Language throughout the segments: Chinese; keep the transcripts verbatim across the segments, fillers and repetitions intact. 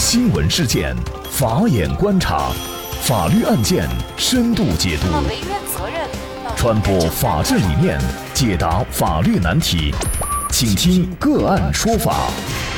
新闻事件，法眼观察，法律案件深度解读，传播法治理念，解答法律难题，请听个案说法。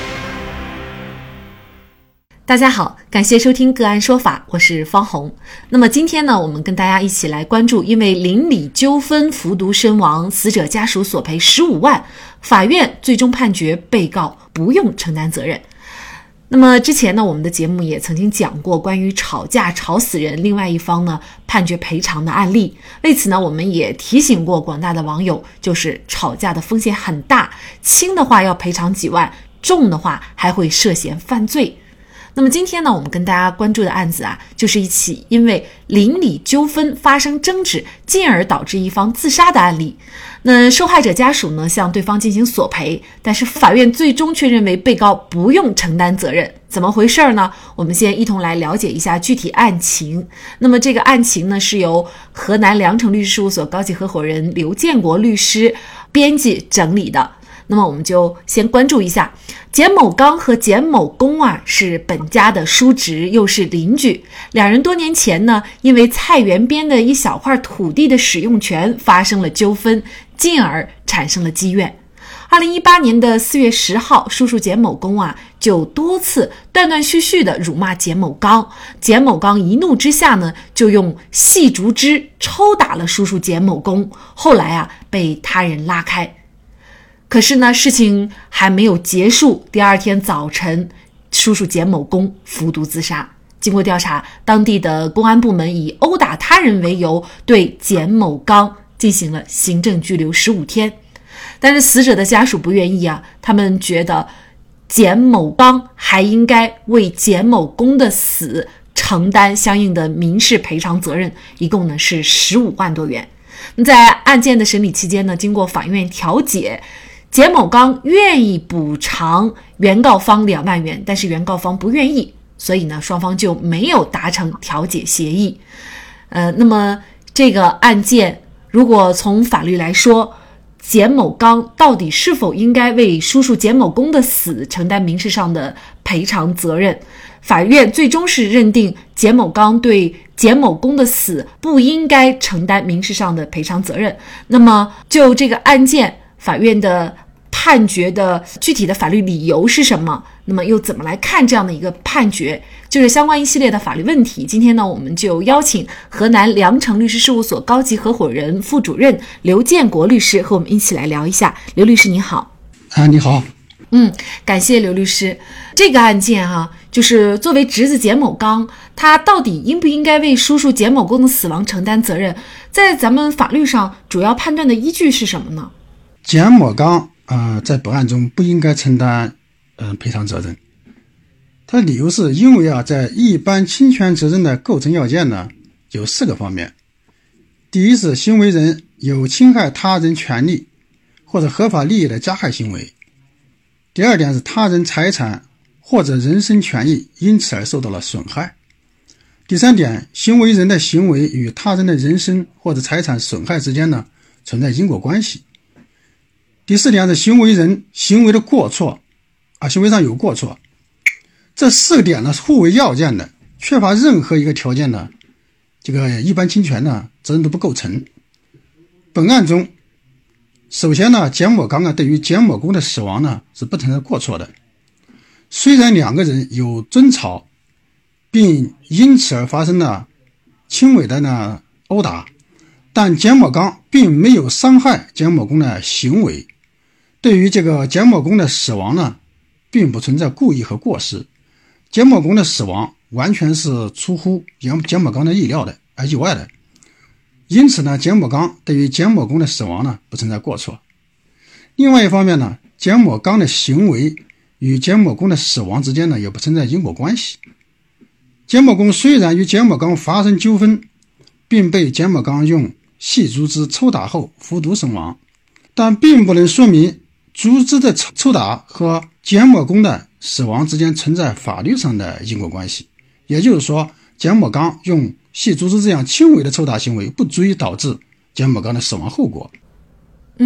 大家好，感谢收听个案说法，我是方红。那么今天呢，我们跟大家一起来关注因为邻里纠纷服毒身亡，死者家属索赔十五万，法院最终判决被告不用承担责任。那么之前呢，我们的节目也曾经讲过关于吵架吵死人，另外一方呢判决赔偿的案例。为此呢，我们也提醒过广大的网友，就是吵架的风险很大，轻的话要赔偿几万，重的话还会涉嫌犯罪。那么今天呢，我们跟大家关注的案子啊，就是一起因为邻里纠纷发生争执，进而导致一方自杀的案例。那受害者家属呢，向对方进行索赔，但是法院最终却认为被告不用承担责任。怎么回事呢？我们先一同来了解一下具体案情。那么这个案情呢，是由河南良城律师事务所高级合伙人刘建国律师编辑整理的。那么我们就先关注一下，简某刚和简某公啊是本家的叔侄，又是邻居。两人多年前呢，因为菜园边的一小块土地的使用权发生了纠纷，进而产生了积怨。二零一八年的四月十号，叔叔简某公啊就多次断断续续的辱骂简某刚，简某刚一怒之下呢，就用细竹枝抽打了叔叔简某公，后来啊被他人拉开。可是呢，事情还没有结束。第二天早晨，叔叔简某公服毒自杀。经过调查，当地的公安部门以殴打他人为由，对简某刚进行了行政拘留十五天。但是死者的家属不愿意啊，他们觉得简某刚还应该为简某公的死承担相应的民事赔偿责任，一共呢是十五万多元。在案件的审理期间呢，经过法院调解，简某刚愿意补偿原告方两万元，但是原告方不愿意，所以呢，双方就没有达成调解协议。呃，那么这个案件，如果从法律来说，简某刚到底是否应该为叔叔简某公的死承担民事上的赔偿责任？法院最终是认定简某刚对简某公的死不应该承担民事上的赔偿责任。那么就这个案件，法院的判决的具体的法律理由是什么？那么又怎么来看这样的一个判决？就是相关一系列的法律问题。今天呢，我们就邀请河南良城律师事务所高级合伙人、副主任刘建国律师和我们一起来聊一下。刘律师你好。 啊，你好。 嗯，感谢刘律师。这个案件哈、啊，就是作为侄子简某刚，他到底应不应该为叔叔简某公的死亡承担责任？在咱们法律上主要判断的依据是什么呢？ 简某刚呃，在本案中不应该承担呃赔偿责任。他的理由是因为啊，在一般侵权责任的构成要件呢有四个方面。第一是行为人有侵害他人权利或者合法利益的加害行为。第二点是他人财产或者人身权益因此而受到了损害。第三点，行为人的行为与他人的人身或者财产损害之间呢存在因果关系。第四点是行为人行为的过错啊，行为上有过错。这四个点呢是互为要件的，缺乏任何一个条件呢，这个一般侵权呢责任都不构成。本案中，首先呢，简某刚啊对于简某公的死亡呢是不存在过错的。虽然两个人有争吵，并因此而发生了轻微的呢殴打，但简某刚并没有伤害简某公的行为。对于这个简某公的死亡呢，并不存在故意和过失。简某公的死亡完全是出乎简某刚的意料的，而意外的。因此呢，简某刚对于简某公的死亡呢不存在过错。另外一方面呢，简某刚的行为与简某公的死亡之间呢也不存在因果关系。简某公虽然与简某刚发生纠纷，并被简某刚用细竹枝抽打后服毒身亡，但并不能说明竹枝的抽打和简某公的死亡之间存在法律上的因果关系。也就是说，简某刚用细竹枝这样轻微的抽打行为不足以导致简某刚的死亡后果。 嗯，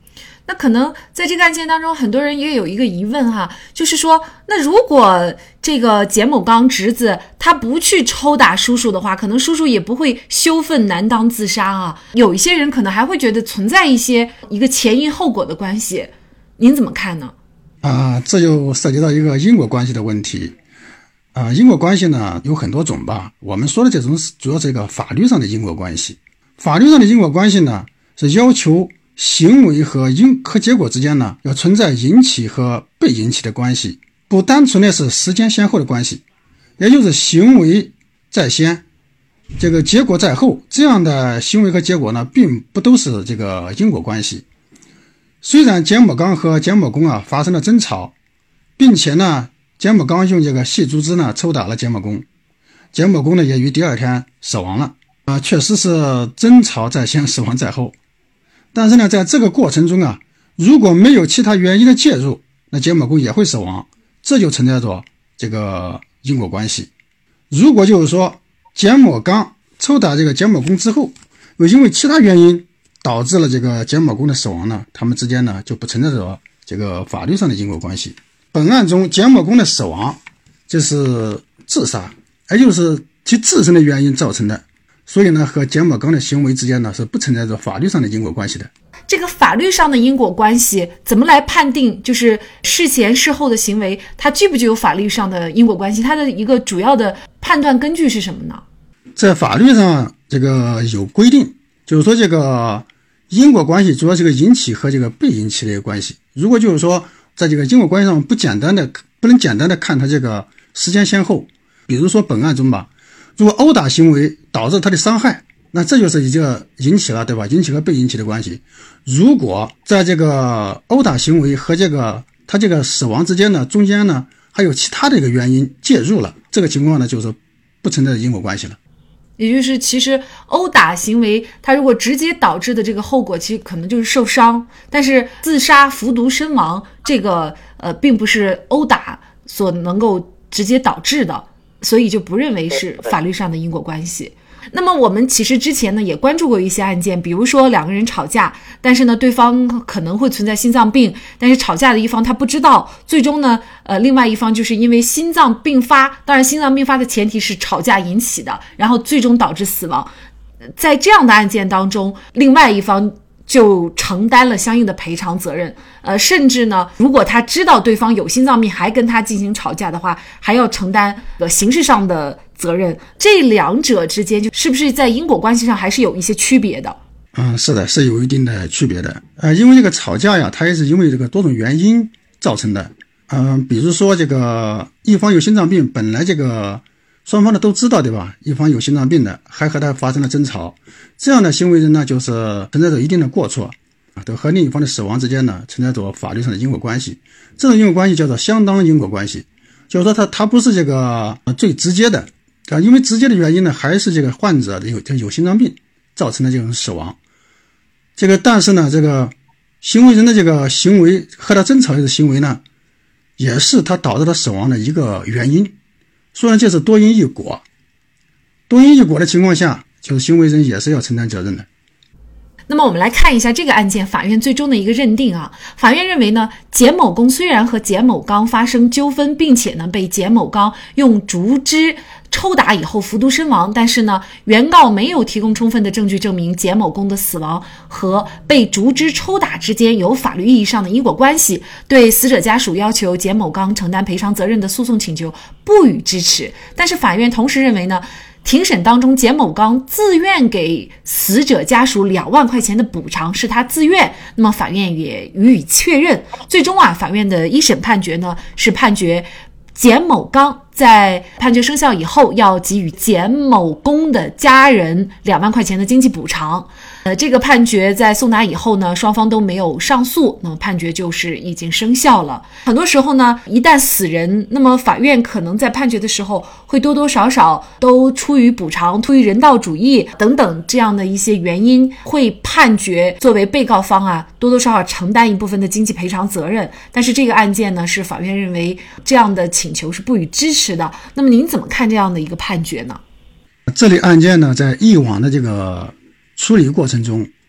那可能在这个案件当中，很多人也有一个疑问哈，就是说，那如果这个简某刚侄子他不去抽打叔叔的话，可能叔叔也不会羞愤难当自杀啊。有一些人可能还会觉得存在一些一个前因后果的关系，您怎么看呢？ 啊，这就涉及到一个因果关系的问题。啊，因果关系呢有很多种吧，我们说的这种主要是一个法律上的因果关系。法律上的因果关系呢，是要求行为和因和结果之间呢，要存在引起和被引起的关系，不单纯的是时间先后的关系，也就是行为在先，这个结果在后，这样的行为和结果呢，并不都是这个因果关系。虽然简某刚和简某公啊发生了争吵，并且呢，简某刚用这个细竹枝呢抽打了简某公，简某公呢也于第二天死亡了啊，确实是争吵在先，死亡在后。但是呢，在这个过程中啊，如果没有其他原因的介入，那简某公也会死亡，这就存在着这个因果关系。如果就是说简某刚抽打这个简某公之后，又因为其他原因导致了这个简某公的死亡呢，他们之间呢就不存在着这个法律上的因果关系。本案中简某公的死亡这是自杀，也就是其自身的原因造成的，所以呢和简某刚的行为之间呢是不存在着法律上的因果关系的。 这个法律上的因果关系怎么来判定，就是事前事后的行为它具不具有法律上的因果关系，它的一个主要的判断根据是什么呢？ 在法律上这个有规定，就是说这个因果关系主要是个引起和这个被引起的一个关系。如果就是说在这个因果关系上不简单的不能简单的看它这个时间先后，比如说本案中吧，如果殴打行为导致他的伤害，那这就是一个引起了，对吧？引起和被引起的关系。如果在这个殴打行为和这个他这个死亡之间呢，中间呢还有其他的一个原因介入了，这个情况呢就是不存在的因果关系了。 也就是其实殴打行为它如果直接导致的这个后果其实可能就是受伤，但是自杀服毒身亡这个呃并不是殴打所能够直接导致的，所以就不认为是法律上的因果关系。那么我们其实之前呢也关注过一些案件，比如说两个人吵架，但是呢对方可能会存在心脏病，但是吵架的一方他不知道，最终呢呃另外一方就是因为心脏病发，当然心脏病发的前提是吵架引起的，然后最终导致死亡。在这样的案件当中，另外一方就承担了相应的赔偿责任，呃，甚至呢，如果他知道对方有心脏病还跟他进行吵架的话，还要承担呃刑事上的责任。这两者之间就是不是在因果关系上还是有一些区别的？ 嗯，是的，是有一定的区别的。呃，因为这个吵架呀，它也是因为这个多种原因造成的。嗯、呃，比如说这个一方有心脏病，本来这个双方的都知道，对吧？一方有心脏病的，还和他发生了争吵，这样的行为人呢，就是存在着一定的过错啊，对，和另一方的死亡之间呢，存在着法律上的因果关系。这种因果关系叫做相当因果关系，就是说他他不是这个最直接的啊，因为直接的原因呢，还是这个患者有有心脏病造成的这种死亡。这个但是呢，这个行为人的这个行为和他争吵的行为呢，也是他导致他死亡的一个原因。虽然这是多因一果，多因一果的情况下，就是行为人也是要承担责任的。 那么我们来看一下这个案件法院最终的一个认定啊。法院认为呢，简某公虽然和简某刚发生纠纷，并且呢被简某刚用竹枝抽打以后服毒身亡，但是呢原告没有提供充分的证据证明简某公的死亡和被竹枝抽打之间有法律意义上的因果关系，对死者家属要求简某刚承担赔偿责任的诉讼请求不予支持。但是法院同时认为呢，庭审当中简某刚自愿给死者家属两万块钱的补偿是他自愿，那么法院也予以确认。最终啊，法院的一审判决呢是判决简某刚在判决生效以后要给予简某公的家人两万块钱的经济补偿。呃，这个判决在送达以后呢，双方都没有上诉，那么判决就是已经生效了。很多时候呢，一旦死人，那么法院可能在判决的时候会多多少少都出于补偿、出于人道主义等等这样的一些原因，会判决作为被告方啊，多多少少承担一部分的经济赔偿责任。但是这个案件呢，是法院认为这样的请求是不予支持的。那么您怎么看这样的一个判决呢？ 这类案件呢，在以往的这个处理过程中，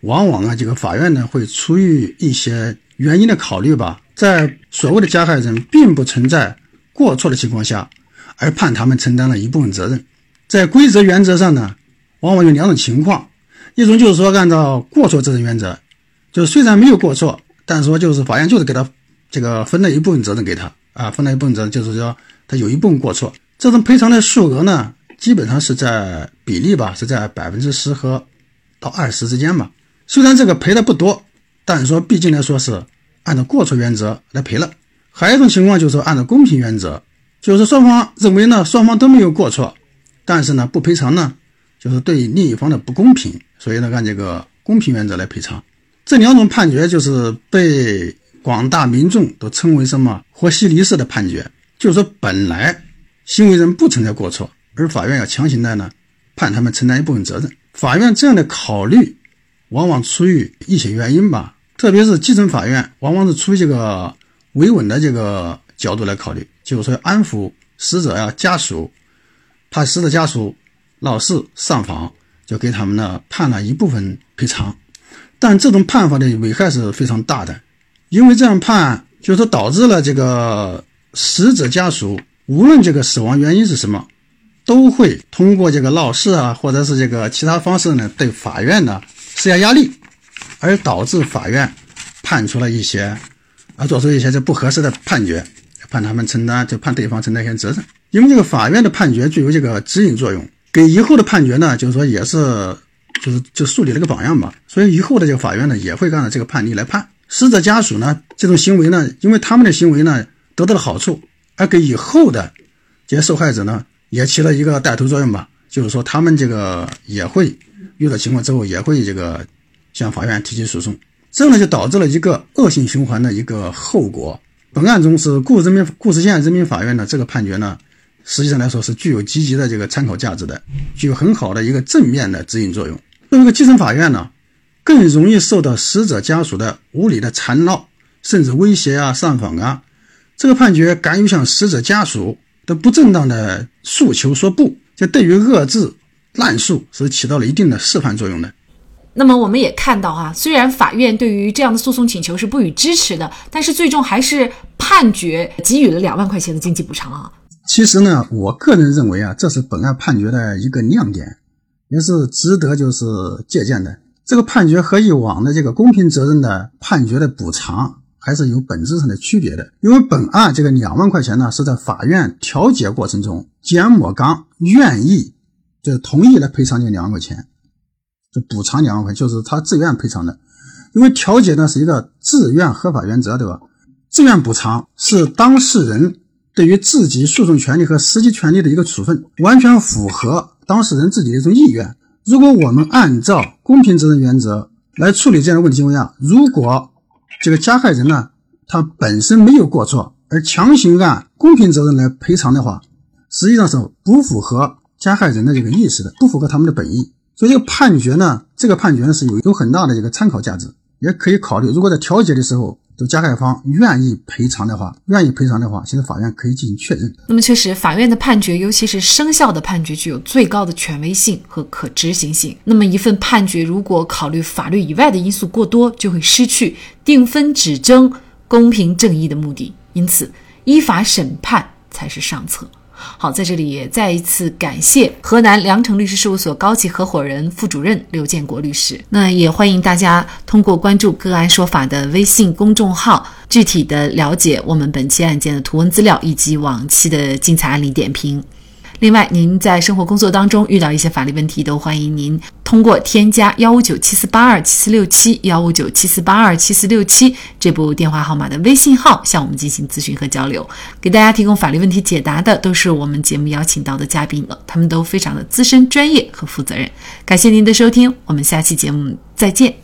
往往啊这个法院呢会出于一些原因的考虑吧，在所谓的加害人并不存在过错的情况下，而判他们承担了一部分责任。在规则原则上呢，往往有两种情况，一种就是说按照过错责任原则，就虽然没有过错，但是说就是法院就是给他这个分了一部分责任给他啊，分了一部分责任，就是说他有一部分过错。这种赔偿的数额呢，基本上是在比例吧，是在百分之十和到二十之间吧。虽然这个赔的不多，但是说毕竟来说是按照过错原则来赔了。还有一种情况就是说按照公平原则，就是双方认为呢双方都没有过错，但是呢不赔偿呢就是对另一方的不公平，所以呢按这个公平原则来赔偿。这两种判决就是被广大民众都称为什么和稀泥式的判决，就是说本来行为人不存在过错，而法院要强行的呢判他们承担一部分责任。法院这样的考虑往往出于一些原因吧，特别是基层法院往往是出于这个维稳的这个角度来考虑，就是说安抚死者呀、啊、家属，怕死者家属闹事上访，就给他们呢判了一部分赔偿。但这种判法的危害是非常大的，因为这样判就是导致了这个死者家属无论这个死亡原因是什么，都会通过这个闹事啊或者是这个其他方式呢对法院呢施加压力，而导致法院判出了一些啊做出一些这不合适的判决，判他们承担就判对方承担一些责任。因为这个法院的判决具有这个指引作用，给以后的判决呢就是说也是就是就树立了个榜样吧，所以以后的这个法院呢也会按照这个判例来判。死者家属呢这种行为呢，因为他们的行为呢得到了好处，而给以后的这些受害者呢也起了一个带头作用吧，就是说他们这个也会遇到情况之后也会这个向法院提起诉讼，这样呢就导致了一个恶性循环的一个后果。本案中是固人民固始县人民法院的这个判决呢，实际上来说是具有积极的这个参考价值的，具有很好的一个正面的指引作用。作为一个基层法院呢，更容易受到死者家属的无理的缠绕甚至威胁啊上访啊，这个判决敢于向死者家属的不正当的诉求说不，这对于遏制滥诉是起到了一定的示范作用的。 那么我们也看到啊，虽然法院对于这样的诉讼请求是不予支持的，但是最终还是判决给予了两万块钱的经济补偿啊。 其实呢，我个人认为啊，这是本案判决的一个亮点，也是值得就是借鉴的。这个判决和以往的这个公平责任的判决的补偿还是有本质上的区别的。因为本案这个两万块钱呢，是在法院调解过程中，简某刚愿意就同意来赔偿这两万块钱，就补偿两万块钱，就是他自愿赔偿的。因为调解呢是一个自愿合法原则，对吧？自愿补偿是当事人对于自己诉讼权利和实际权利的一个处分，完全符合当事人自己的一种意愿。如果我们按照公平责任原则来处理这样的问题情况下，如果这个加害人呢他本身没有过错，而强行按公平责任来赔偿的话，实际上是不符合加害人的这个意识的，不符合他们的本意。所以这个判决呢，这个判决呢是有有很大的这个参考价值，也可以考虑，如果在调解的时候，就加害方愿意赔偿的话，愿意赔偿的话，其实法院可以进行确认。 那么确实，法院的判决，尤其是生效的判决，具有最高的权威性和可执行性。那么一份判决如果考虑法律以外的因素过多，就会失去定分止争、公平正义的目的。因此，依法审判才是上策。好，在这里也再一次感谢河南良城律师事务所高级合伙人、副主任刘建国律师。那也欢迎大家通过关注个案说法的微信公众号，具体的了解我们本期案件的图文资料以及往期的精彩案例点评。另外，您在生活工作当中遇到一些法律问题，都欢迎您通过添加一五九七四八二七四六七 一五九七四八二七四六七这部电话号码的微信号向我们进行咨询和交流。给大家提供法律问题解答的都是我们节目邀请到的嘉宾了，他们都非常的资深、专业和负责任。感谢您的收听，我们下期节目再见。